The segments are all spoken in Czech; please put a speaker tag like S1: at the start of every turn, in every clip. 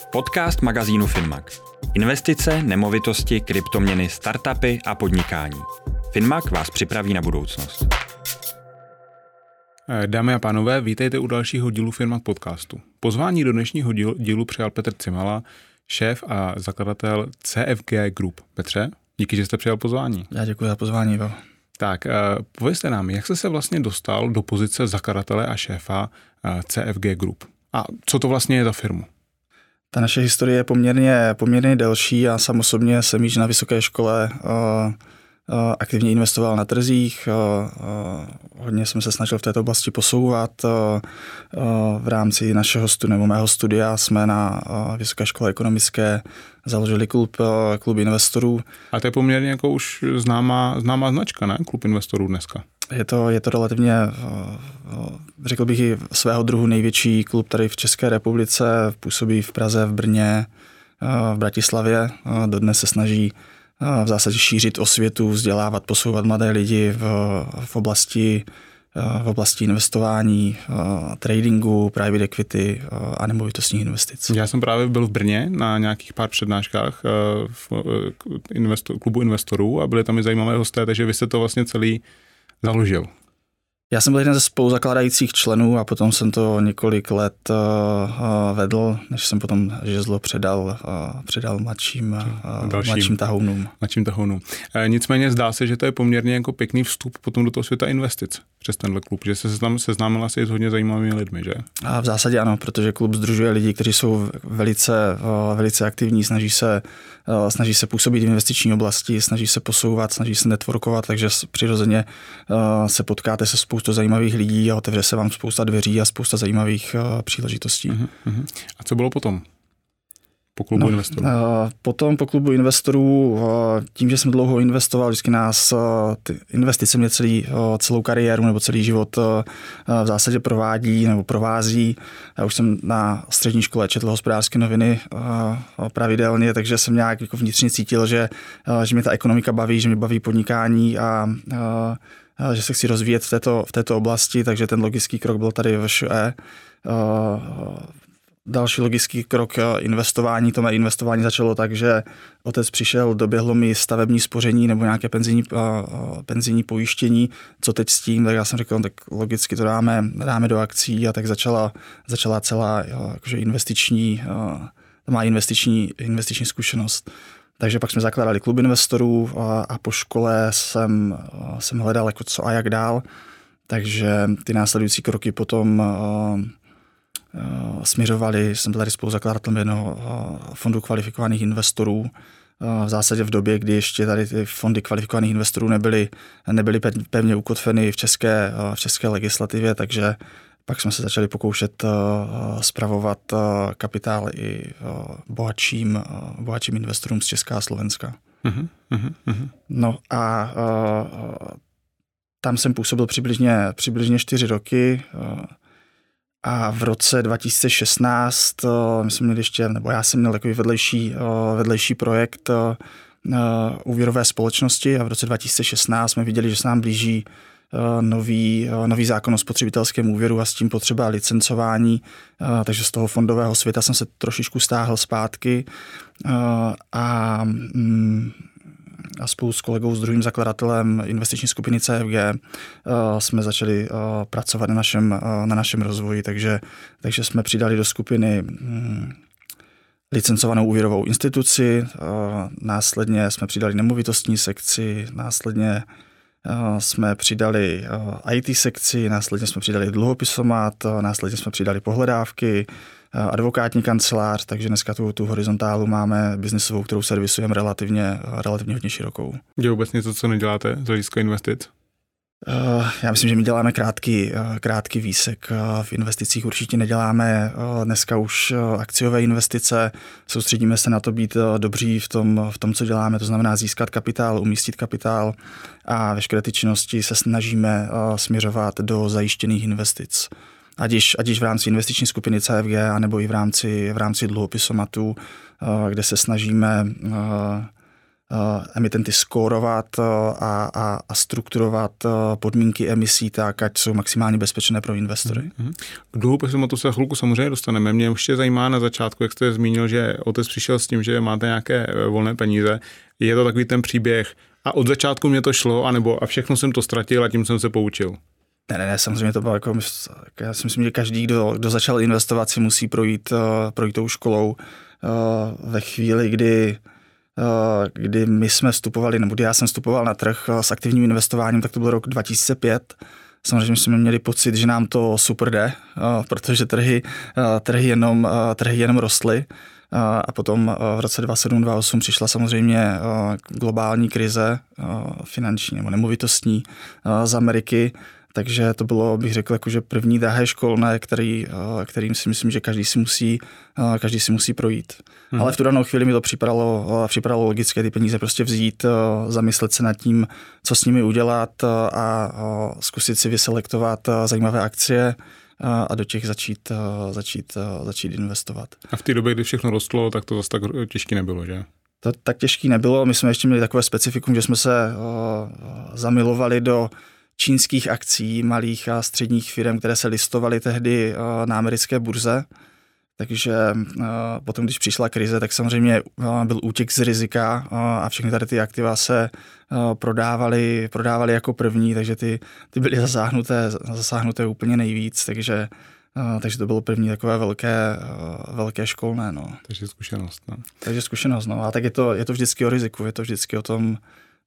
S1: Podcast magazínu Finmag. Investice, nemovitosti, kryptoměny, startupy a podnikání. Finmag vás připraví na budoucnost.
S2: Dámy a pánové, vítejte u dalšího dílu Finmag podcastu. Pozvání do dnešního dílu přijal Petr Cimala, šéf a zakladatel CFG Group. Petře, díky, že jste přijal pozvání.
S3: Já děkuji za pozvání, Ivo.
S2: Tak, povězte nám, jak jste se vlastně dostal do pozice zakladatele a šéfa CFG Group? A co to vlastně je za firmu?
S3: Ta naše historie je poměrně delší. Já sám osobně jsem již na vysoké škole aktivně investoval na trzích. Hodně jsem se snažil v této oblasti posouvat. V rámci mého studia jsme na Vysoké škole ekonomické založili klub investorů.
S2: A to je poměrně jako už známá značka, ne? Klub investorů dneska.
S3: Je to relativně, řekl bych, i svého druhu největší klub tady v České republice. Působí v Praze, v Brně, v Bratislavě. Dodnes se snaží v zásadě šířit osvětu, vzdělávat, posouvat mladé lidi v oblasti investování, tradingu, private equity a nemovitostních investic.
S2: Já jsem právě byl v Brně na nějakých pár přednáškách v klubu investorů a byli tam i zajímavé hosté, takže vy jste to vlastně celý založil.
S3: Já jsem byl jeden ze spoluzakládajících členů a potom jsem to několik let vedl, než jsem potom žezlo předal mladším tahounům.
S2: Nicméně zdá se, že to je poměrně jako pěkný vstup potom do toho světa investic přes tenhle klub, že se tam seznámil asi s hodně zajímavými lidmi, že?
S3: A v zásadě ano, protože klub sdružuje lidi, kteří jsou velice aktivní, snaží se působit v investiční oblasti, snaží se posouvat, snaží se networkovat, takže přirozeně se potkáte se spoustou zajímavých lidí a otevře se vám spousta dveří a spousta zajímavých příležitostí.
S2: A co bylo potom? Po klubu investorů?
S3: Potom po klubu investorů, tím, že jsem dlouho investoval, vždycky nás ty investice mě celou kariéru nebo celý život v zásadě provází. Já už jsem na střední škole četl Hospodářské noviny pravidelně, takže jsem nějak jako vnitřně cítil, že mě ta ekonomika baví, že mě baví podnikání a že se chci rozvíjet v této oblasti, takže ten logický krok byl tady VŠE. Další logický krok investování, to mé investování začalo tak, že otec přišel, doběhlo mi stavební spoření nebo nějaké penzijní pojištění, co teď s tím, tak já jsem řekl, tak logicky to dáme do akcí a tak začala celá jakože investiční zkušenost. Takže pak jsme zakládali klub investorů a po škole jsem hledal jako co a jak dál, takže ty následující kroky potom směřovali, jsem byl tady spoluzakladatelem jednoho fondu kvalifikovaných investorů, v zásadě v době, kdy ještě tady ty fondy kvalifikovaných investorů nebyly pevně ukotveny v české legislativě, takže pak jsme se začali pokoušet spravovat kapitál i bohatším investorům z Česka a Slovenska. No a tam jsem působil přibližně 4 roky. A v roce 2016 já jsem měl takový vedlejší projekt úvěrové společnosti a v roce 2016 jsme viděli, že se nám blíží nový zákon o spotřebitelském úvěru a s tím potřeba licencování, takže z toho fondového světa jsem se trošičku stáhl zpátky a spolu s kolegou, s druhým zakladatelem investiční skupiny CFG jsme začali pracovat na našem rozvoji, takže jsme přidali do skupiny licencovanou úvěrovou instituci, následně jsme přidali nemovitostní sekci, následně jsme přidali IT sekci, následně jsme přidali dluhopisomat, následně jsme přidali pohledávky, advokátní kancelář, takže dneska tu horizontálu máme biznisovou, kterou servisujeme relativně hodně širokou.
S2: Je vůbec něco, co neděláte z hlediska investic?
S3: Já myslím, že my děláme krátký výsek. V investicích určitě neděláme dneska už akciové investice. Soustředíme se na to být dobří v tom, co děláme, to znamená získat kapitál, umístit kapitál a veškeré ty činnosti se snažíme směřovat do zajištěných investic. Ať již v rámci investiční skupiny CFG, anebo i v rámci dluhopisomatu, kde se snažíme emitenty skórovat a strukturovat podmínky emisí tak, ať jsou maximálně bezpečné pro investory.
S2: K dluhopisům to se chvilku samozřejmě dostaneme. Mě ještě zajímá na začátku, jak jste zmínil, že otec přišel s tím, že máte nějaké volné peníze. Je to takový ten příběh a od začátku mě to šlo, a všechno jsem to ztratil a tím jsem se poučil.
S3: Ne, samozřejmě to bylo jako, já si myslím, že každý, kdo začal investovat, si musí projít tou školou ve chvíli, kdy my jsme vstupovali, nebo kdy já jsem vstupoval na trh s aktivním investováním, tak to byl rok 2005. Samozřejmě jsme měli pocit, že nám to super jde, protože trhy jenom rostly. A potom v roce 2007-2008 přišla samozřejmě globální krize finanční nebo nemovitostní z Ameriky. Takže to bylo, bych řekl, jakože první drahé školné, kterým si myslím, že každý si musí projít. Ale v tu danou chvíli mi to připadalo logické ty peníze prostě vzít, zamyslet se nad tím, co s nimi udělat a zkusit si vyselektovat zajímavé akcie a do těch začít investovat.
S2: A v té době, kdy všechno rostlo, tak to zase tak těžké nebylo, že?
S3: To tak těžký nebylo. My jsme ještě měli takové specifikum, že jsme se zamilovali do čínských akcí, malých a středních firm, které se listovaly tehdy na americké burze. Takže potom, když přišla krize, tak samozřejmě byl útěk z rizika a všechny tady ty aktiva se prodávaly jako první, takže ty byly zasáhnuté úplně nejvíc, takže to bylo první takové velké školné. No.
S2: Takže zkušenost. No.
S3: Takže zkušenost, no. A tak je to vždycky o riziku, je to vždycky o tom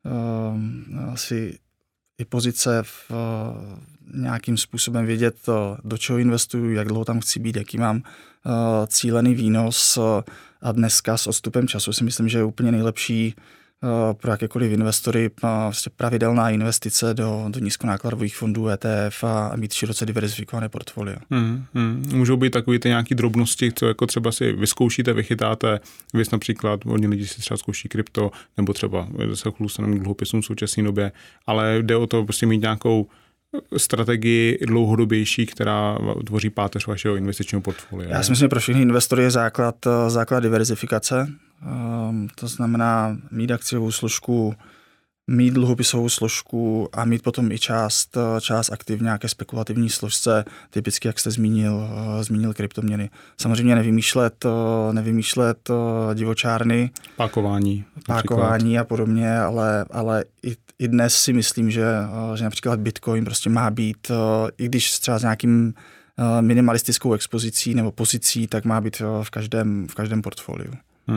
S3: asi i pozice v nějakým způsobem vědět, do čeho investuju, jak dlouho tam chci být, jaký mám cílený výnos. A dneska s odstupem času si myslím, že je úplně nejlepší pro jakékoliv investory vlastně pravidelná investice do nízkonákladových fondů ETF a mít široce diverzifikované portfolio.
S2: Můžou být takový ty nějaký drobnosti, co jako třeba si vyzkoušíte, vychytáte, vy například, hodně lidí si třeba zkouší krypto, nebo třeba se chlustanem dluhopisům v současné době, ale jde o to prostě mít nějakou strategii dlouhodobější, která tvoří páteř vašeho investičního portfolia.
S3: Já si myslím, že pro všechny investory je základ diverzifikace. To znamená mít akciovou složku, mít dluhopisovou složku a mít potom i část aktiv v nějaké spekulativní složce, typicky, jak jste zmínil kryptoměny. Samozřejmě nevymýšlet divočárny, pákování a podobně, ale i dnes si myslím, že například Bitcoin prostě má být, i když třeba s nějakým minimalistickou expozicí nebo pozicí, tak má být v každém portfoliu.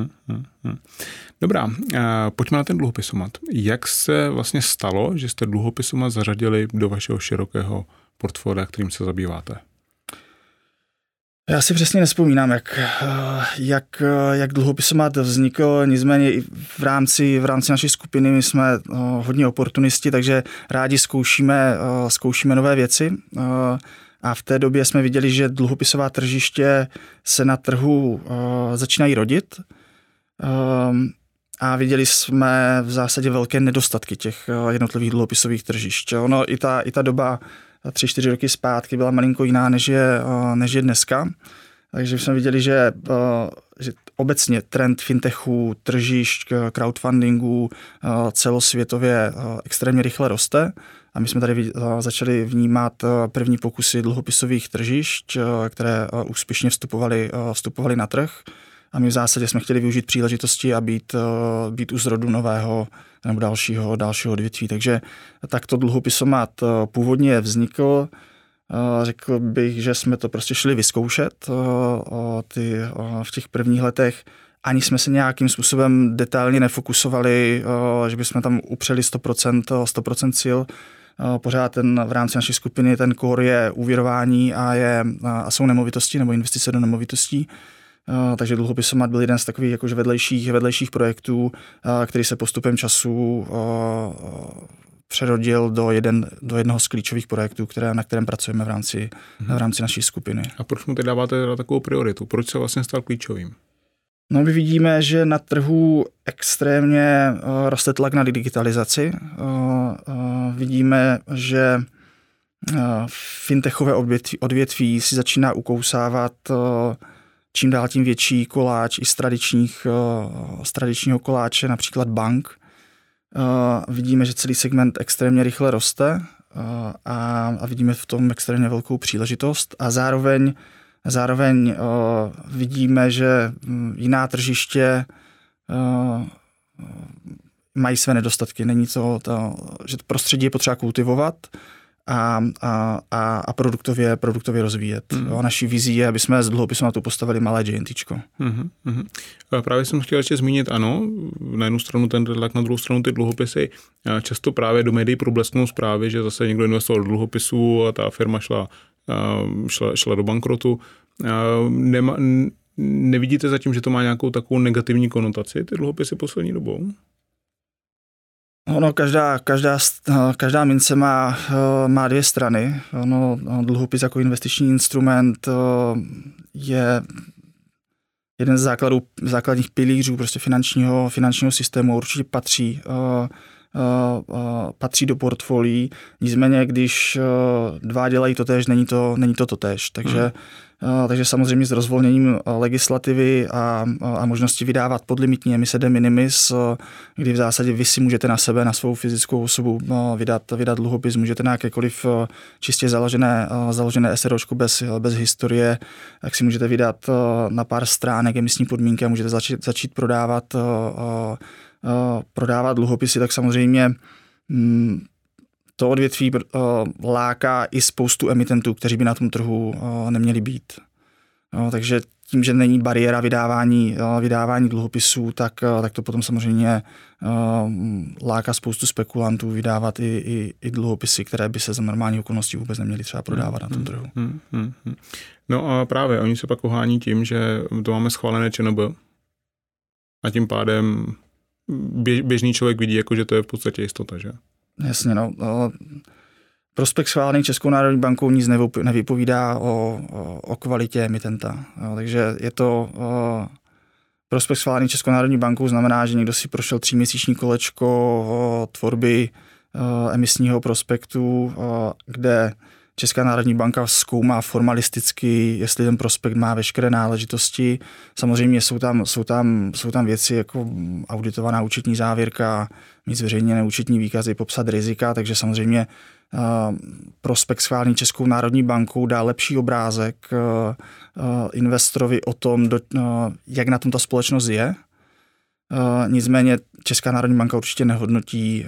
S2: Dobrá, pojďme na ten dluhopisomat. Jak se vlastně stalo, že jste dluhopisomat zařadili do vašeho širokého portfolia, kterým se zabýváte?
S3: Já si přesně nevzpomínám, jak dluhopisomat vznikl, nicméně i v rámci naší skupiny my jsme hodně oportunisti, takže rádi zkoušíme nové věci. A v té době jsme viděli, že dluhopisová tržiště se na trhu začínají rodit a viděli jsme v zásadě velké nedostatky těch jednotlivých dluhopisových tržišť. Ono i ta doba 3-4 roky zpátky byla malinko jiná, než je dneska. Takže jsme viděli, že obecně trend fintechu, tržišť, crowdfundingu celosvětově extrémně rychle roste. A my jsme tady začali vnímat první pokusy dluhopisových tržišť, které úspěšně vstupovaly na trh. A my v zásadě jsme chtěli využít příležitosti a být u zrodu nového nebo dalšího odvětví. Takže takto dluhopisomat původně vznikl. Řekl bych, že jsme to prostě šli vyzkoušet v těch prvních letech. Ani jsme se nějakým způsobem detailně nefokusovali, že bychom tam upřeli 100% cíl. Pořád v rámci naší skupiny ten core je úvěrování a jsou nemovitosti nebo investice do nemovitostí. Takže dluhopisomat byl jeden z takových jakože vedlejších projektů, který se postupem času přerodil do jednoho z klíčových projektů, na kterém pracujeme v rámci naší skupiny.
S2: A proč mu teď dáváte takovou prioritu? Proč se vlastně stal klíčovým?
S3: No, my vidíme, že na trhu extrémně roste tlak na digitalizaci. Vidíme, že fintechové odvětví si začíná ukousávat čím dál tím větší koláč i z tradičního koláče, například bank. Vidíme, že celý segment extrémně rychle roste a vidíme v tom extrémně velkou příležitost a zároveň vidíme, že jiná tržiště mají své nedostatky. Není že to prostředí je potřeba kultivovat a produktově rozvíjet. Naší vizí je, aby jsme z dluhopisu na to postavili malé JNTčko.
S2: Právě jsem chtěl ještě zmínit, ano, na jednu stranu ten tlak, na druhou stranu ty dluhopisy. Často právě do médií problesknou zprávy, že zase někdo investoval do dluhopisů a ta firma šla do bankrotu. Nevidíte zatím, že to má nějakou takovou negativní konotaci, ty dluhopisy poslední dobou?
S3: Ono, každá mince má dvě strany. Dluhopis jako investiční instrument je jeden z základních pilířů prostě finančního systému, určitě patří do portfolií. Nicméně, když dva dělají totéž, není to totéž. Takže samozřejmě s rozvolněním legislativy a možnosti vydávat podlimitní emise de minimis, kdy v zásadě vy si můžete na sebe, na svou fyzickou osobu vydat dluhopis, můžete na jakékoliv čistě založené SROčko bez historie, tak si můžete vydat na pár stránek emisní podmínky a můžete začít prodávat dluhopisy, tak samozřejmě to odvětví láká i spoustu emitentů, kteří by na tom trhu neměli být. Takže tím, že není bariéra vydávání dluhopisů, tak to potom samozřejmě láká spoustu spekulantů vydávat i dluhopisy, které by se za normální okolností vůbec neměly třeba prodávat na tom trhu.
S2: No a právě oni se pak ohání tím, že to máme schválené ČNB a tím pádem běžný člověk vidí, jako, že to je v podstatě jistota, že?
S3: Jasně, prospekt schválený Českou národní bankou nic nevypovídá o kvalitě emitenta. Takže je to prospekt schválený Českou národní bankou znamená, že někdo si prošel 3měsíční kolečko tvorby emisního prospektu, kde Česká národní banka zkoumá formalisticky, jestli ten prospekt má veškeré náležitosti. Samozřejmě jsou tam věci jako auditovaná účetní závěrka, mít zveřejněné účetní výkazy, popsat rizika, takže samozřejmě prospekt schválený Českou národní bankou dá lepší obrázek investorovi o tom, jak na tom ta společnost je. Nicméně Česká národní banka určitě nehodnotí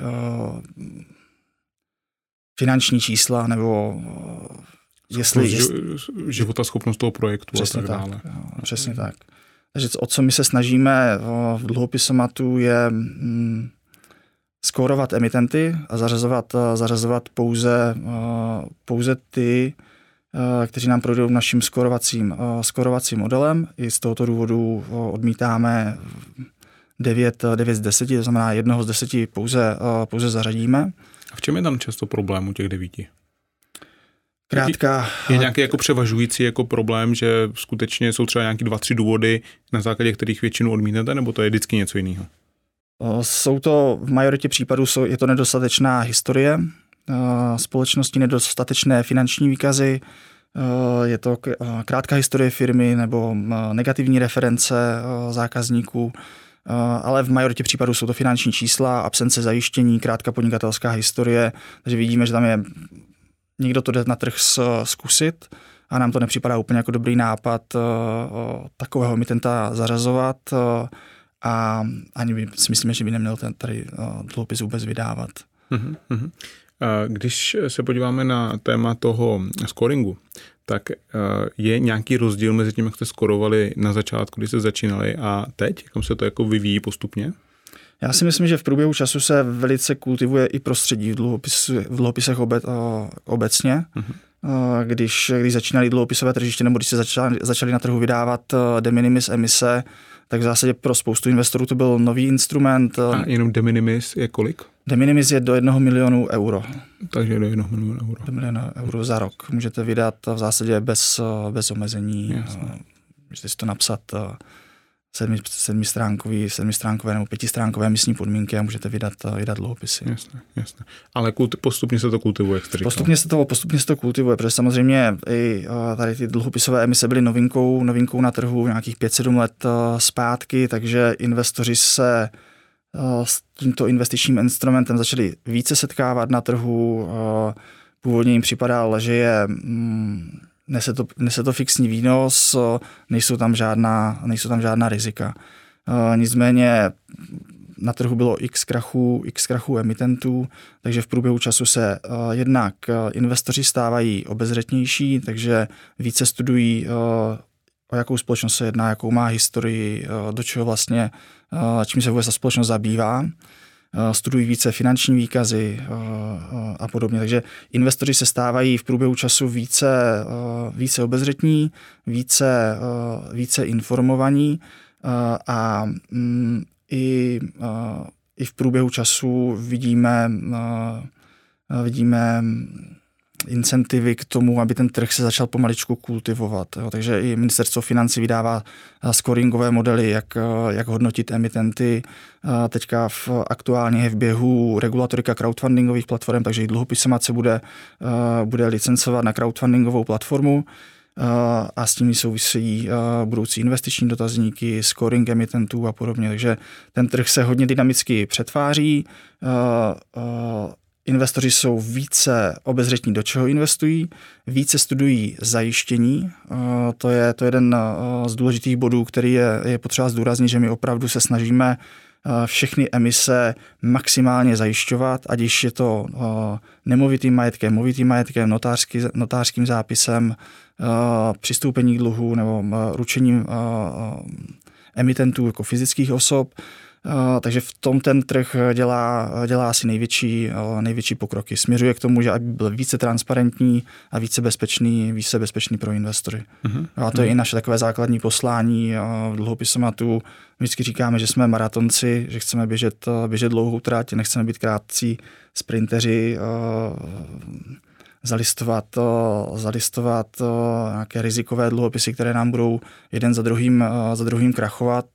S3: finanční čísla, nebo jestli
S2: životaschopnost toho projektu a tak dále.
S3: Přesně tak. Takže o co my se snažíme v dluhopisomatu je skórovat emitenty a zařazovat pouze ty, kteří nám projdou naším skórovacím modelem. I z tohoto důvodu odmítáme 9 z 10, to znamená 1 z 10 pouze zařadíme.
S2: A v čem je tam často problém u těch 9?
S3: Je
S2: nějaký jako převažující jako problém, že skutečně jsou třeba nějaký 2-3 důvody, na základě kterých většinu odmítnete, nebo to je vždycky něco jiného?
S3: Jsou to v majoritě případů je to nedostatečná historie společnosti, nedostatečné finanční výkazy, je to krátká historie firmy nebo negativní reference zákazníků, ale v majoritě případů jsou to finanční čísla, absence zajištění, krátká podnikatelská historie, takže vidíme, že tam je někdo to jde na trh zkusit a nám to nepřipadá úplně jako dobrý nápad takového emitenta zařazovat a ani si myslíme, že by neměl tady dluhopis vůbec vydávat.
S2: Když se podíváme na téma toho scoringu, tak je nějaký rozdíl mezi tím, jak jste skorovali na začátku, když jste začínali a teď? Jak se to jako vyvíjí postupně?
S3: Já si myslím, že v průběhu času se velice kultivuje i prostředí v dluhopisech obecně. Když začínaly dluhopisové tržiště nebo když se začaly na trhu vydávat de minimis emise, tak v zásadě pro spoustu investorů to byl nový instrument.
S2: A jenom de minimis je kolik?
S3: De minimis je do 1 milionu euro.
S2: Takže do 1 milionu euro.
S3: 1 milionu euro za rok. Můžete vydat v zásadě bez omezení. Můžete si to napsat sedmistránkové nebo pětistránkové emisní podmínky a můžete vydat dluhopisy.
S2: Jasně. Ale postupně se to kultivuje, jak jste říkal.
S3: Postupně se to kultivuje, protože samozřejmě i tady ty dluhopisové emise byly novinkou na trhu nějakých 5-7 let zpátky, takže investoři se s tímto investičním instrumentem začali více setkávat na trhu. Původně jim připadalo, že nese to fixní výnos, nejsou tam žádná rizika. Nicméně na trhu bylo x krachů emitentů, takže v průběhu času se jednak investoři stávají obezřetnější, takže více studují, o jakou společnost se jedná, jakou má historii, do čeho vlastně, čím se vůbec ta společnost zabývá. Studují více finanční výkazy a podobně. Takže investoři se stávají v průběhu času více obezřetní, více informovaní a i v průběhu času vidíme incentivy k tomu, aby ten trh se začal pomaličku kultivovat. Takže i ministerstvo financí vydává scoringové modely, jak hodnotit emitenty. Teďka aktuálně je v běhu regulatorika crowdfundingových platform, takže i dluhopisomat se bude licencovat na crowdfundingovou platformu a s tím souvisí budoucí investiční dotazníky, scoring emitentů a podobně. Takže ten trh se hodně dynamicky přetváří. Investoři jsou více obezřetní, do čeho investují, více studují zajištění. To je jeden z důležitých bodů, který je potřeba zdůraznit, že my opravdu se snažíme všechny emise maximálně zajišťovat, ať již je to nemovitým majetkem, movitým majetkem, notářským zápisem, přistoupení k dluhu nebo ručením emitentů jako fyzických osob. Takže v tom ten trh dělá asi největší pokroky. Směřuje k tomu, že aby byl více transparentní a více bezpečný pro investory. A to je i naše takové základní poslání v dluhopisomatu. Vždycky říkáme, že jsme maratonci, že chceme běžet dlouhou trať, nechceme být krátcí sprinteři, zalistovat nějaké rizikové dluhopisy, které nám budou jeden za druhým krachovat.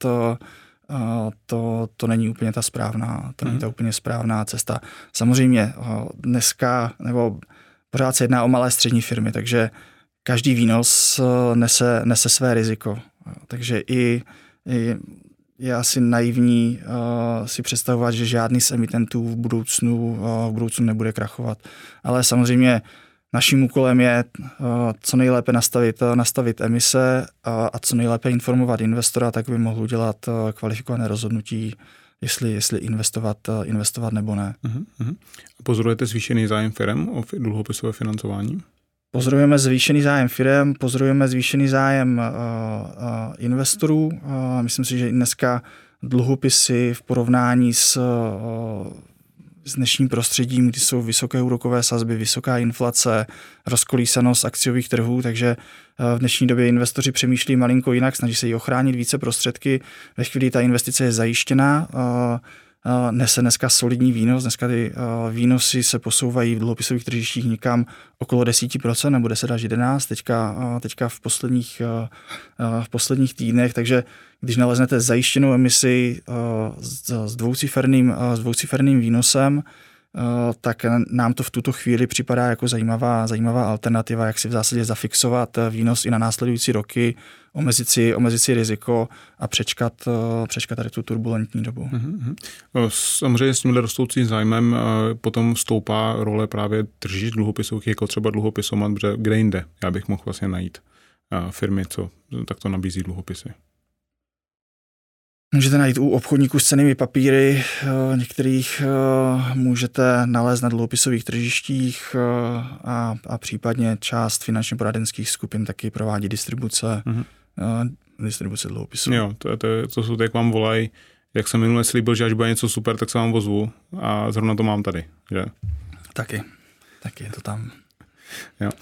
S3: To není úplně ta úplně správná cesta. Samozřejmě dneska, nebo pořád se jedná o malé střední firmy, takže každý výnos nese své riziko. Takže i je asi naivní si představovat, že žádný z emitentů v budoucnu nebude krachovat. Ale samozřejmě naším úkolem je co nejlépe nastavit emise a co nejlépe informovat investora, tak by mohl udělat kvalifikované rozhodnutí, jestli investovat nebo ne.
S2: Pozorujete zvýšený zájem firem o dluhopisové financování?
S3: Pozorujeme zvýšený zájem firem, pozorujeme zvýšený zájem investorů. Myslím si, že dneska dluhopisy v porovnání s dnešním prostředím, kdy jsou vysoké úrokové sazby, vysoká inflace, rozkolísanost akciových trhů, takže v dnešní době investoři přemýšlí malinko jinak, snaží se jí ochránit více prostředky. Ve chvíli ta investice je zajištěná, nese dneska solidní výnos. Dneska ty výnosy se posouvají v dluhopisových tržištích někam okolo 10% nebo 10 až 11%, teďka v posledních týdnech, takže když naleznete zajištěnou emisi s dvouciferným výnosem, tak nám to v tuto chvíli připadá jako zajímavá alternativa, jak si v zásadě zafixovat výnos i na následující roky, omezit si riziko a přečkat tady tu turbulentní dobu.
S2: Samozřejmě s tímhle rostoucím zájmem potom stoupá role právě tržišť dluhopisů, jako třeba dluhopisomat, kde jinde já bych mohl vlastně najít firmy, co takto nabízí dluhopisy.
S3: Můžete najít u obchodníků s cennými papíry, některých můžete nalézt na dluhopisových tržištích a případně část finančně poradenských skupin taky provádí distribuce dluhopisů.
S2: Jo, to jsou, jak vám volají, jak jsem minule slíbil, že až bude něco super, tak se vám ozvu a zrovna to mám tady, že?
S3: Taky je to tam.
S2: Jo.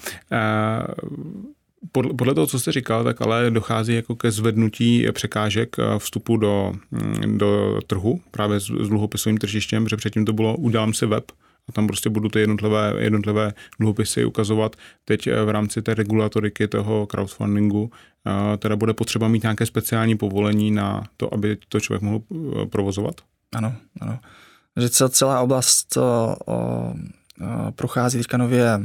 S2: Podle toho, co jste říkal, tak ale dochází jako ke zvednutí překážek vstupu do trhu právě s dluhopisovým tržištěm, protože předtím to bylo udělám si web a tam prostě budu ty jednotlivé dluhopisy ukazovat. Teď v rámci té regulatoriky toho crowdfundingu teda bude potřeba mít nějaké speciální povolení na to, aby to člověk mohl provozovat?
S3: Ano. Že celá oblast prochází teďka nově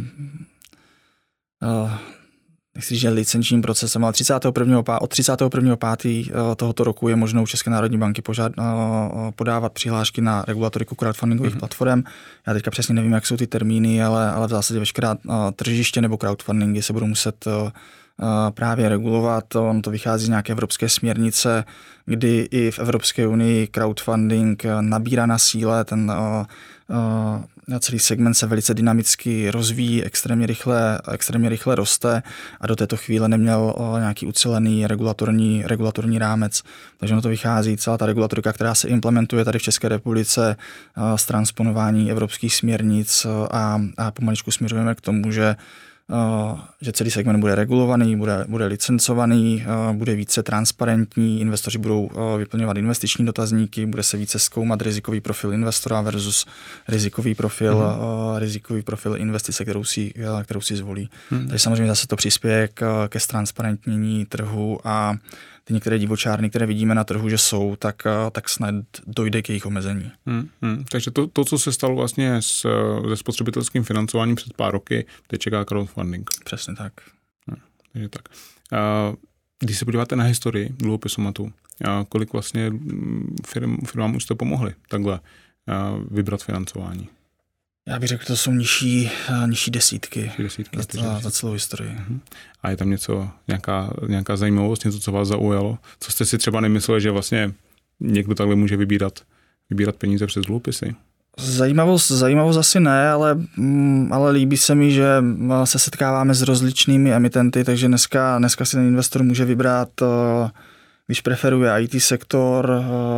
S3: nechci říct licenčním procesem, ale od 31.5. tohoto roku je možno u České národní banky podávat přihlášky na regulatoriku crowdfundingových platform. Já teďka přesně nevím, jak jsou ty termíny, ale v zásadě veškerá tržiště nebo crowdfundingy se budou muset právě regulovat. On to vychází z nějaké evropské směrnice, kdy i v Evropské unii crowdfunding nabírá na síle, ten celý segment se velice dynamicky rozvíjí, extrémně rychle roste a do této chvíle neměl nějaký ucelený regulatorní rámec. Takže ono to vychází, celá ta regulatorika, která se implementuje tady v České republice z transponování evropských směrnic a pomaličku směřujeme k tomu, že celý segment bude regulovaný, bude licencovaný, bude více transparentní, investoři budou vyplňovat investiční dotazníky, bude se více zkoumat rizikový profil investora versus rizikový profil investice, kterou si zvolí. Takže samozřejmě zase to přispěje ke ztransparentnění trhu a ty některé divočárny, které vidíme na trhu, že jsou, tak snad dojde k jejich omezení.
S2: Takže to, co se stalo vlastně se spotřebitelským financováním před pár roky, teď čeká crowdfunding.
S3: Přesně tak.
S2: Takže tak. Když se podíváte na historii dluhopisomatu, kolik vlastně firmám už jste pomohli takhle vybrat financování?
S3: Já bych řekl, že to jsou nižší desítky za celou historii.
S2: A je tam nějaká zajímavost, něco, co vás zaujalo? Co jste si třeba nemysleli, že vlastně někdo takhle může vybírat peníze přes dluhopisy?
S3: Zajímavost asi ne, ale líbí se mi, že se setkáváme s rozličnými emitenty, takže dneska si ten investor může vybrat, když preferuje IT sektor,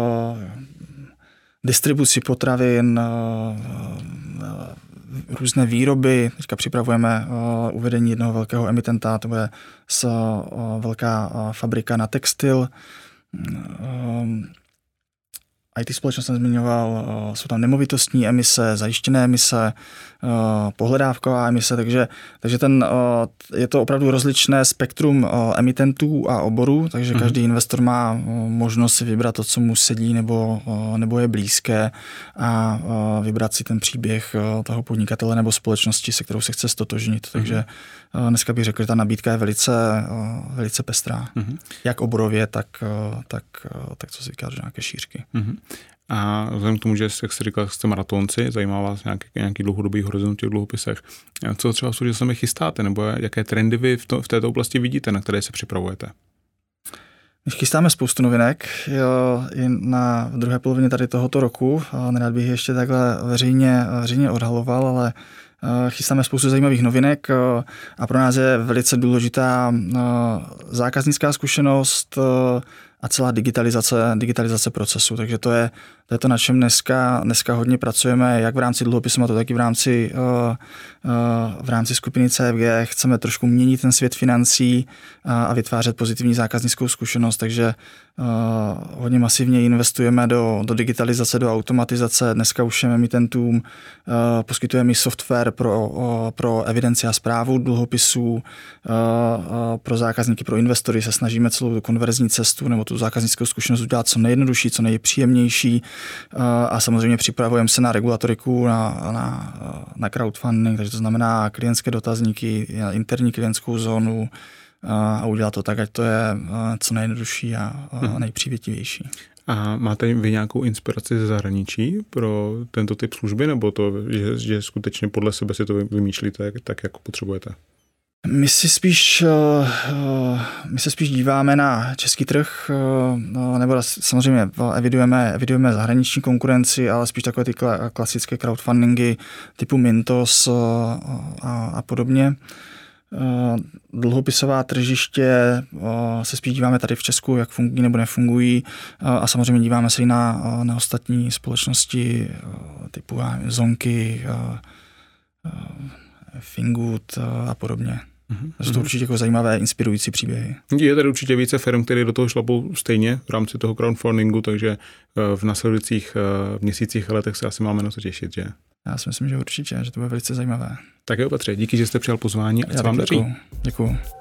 S3: distribuci potravin, různé výroby. Teďka připravujeme uvedení jednoho velkého emitenta, to bude velká fabrika na textil. IT společnost jsem zmiňoval, jsou tam nemovitostní emise, zajištěné emise, pohledávková emise, takže je to opravdu rozličné spektrum emitentů a oborů, takže každý investor má možnost si vybrat to, co mu sedí nebo je blízké a vybrat si ten příběh toho podnikatele nebo společnosti, se kterou se chce stotožnit. Takže dneska bych řekl, že ta nabídka je velice pestrá. Jak oborově, tak co se říká, že nějaké šířky.
S2: A vzhledem k tomu, že jak jste říkal, jste maratonci, zajímá vás nějaký dlouhodobý horizont v těch dluhopisech. Co třeba v současné chystáte, nebo jaké trendy vy v této oblasti vidíte, na které se připravujete?
S3: My chystáme spoustu novinek i v druhé polovině tady tohoto roku. Nerad bych ještě takhle veřejně odhaloval, ale chystáme spoustu zajímavých novinek a pro nás je velice důležitá zákaznická zkušenost a celá digitalizace procesu. Takže to je to, na čem dneska hodně pracujeme, jak v rámci dluhopisomatu, tak i v rámci skupiny CFG. Chceme trošku měnit ten svět financí a vytvářet pozitivní zákaznickou zkušenost, takže hodně masivně investujeme do digitalizace, do automatizace. Dneska už všem emitentům poskytujeme i software pro evidenci a správu dluhopisů. Pro zákazníky, pro investory se snažíme celou tu konverzní cestu nebo tu zákaznickou zkušenost udělat co nejjednodušší, co nejpříjemnější a samozřejmě připravujeme se na regulatoriku, na crowdfunding, takže to znamená klientské dotazníky, interní klientskou zónu a udělat to tak, ať to je co nejjednodušší a nejpřívětivější.
S2: A máte vy nějakou inspiraci ze zahraničí pro tento typ služby, nebo to, že skutečně podle sebe si to vymýšlíte tak, jak potřebujete?
S3: My se spíš díváme na český trh, nebo samozřejmě evidujeme zahraniční konkurenci, ale spíš takové ty klasické crowdfundingy typu Mintos a podobně. Dluhopisová tržiště se spíš díváme tady v Česku, jak fungují nebo nefungují a samozřejmě díváme se i na ostatní společnosti typu Zonky, Fingood a podobně. To jsou určitě jako zajímavé, inspirující příběhy.
S2: Je tady určitě více firm, které do toho šlapou stejně v rámci toho crowdfundingu, takže v následujících měsících a letech se asi máme na co těšit, že?
S3: Já si myslím, že určitě, že to bude velice zajímavé.
S2: Tak jo, Petře, díky, že jste přijal pozvání a co vám daří.
S3: Děkuju.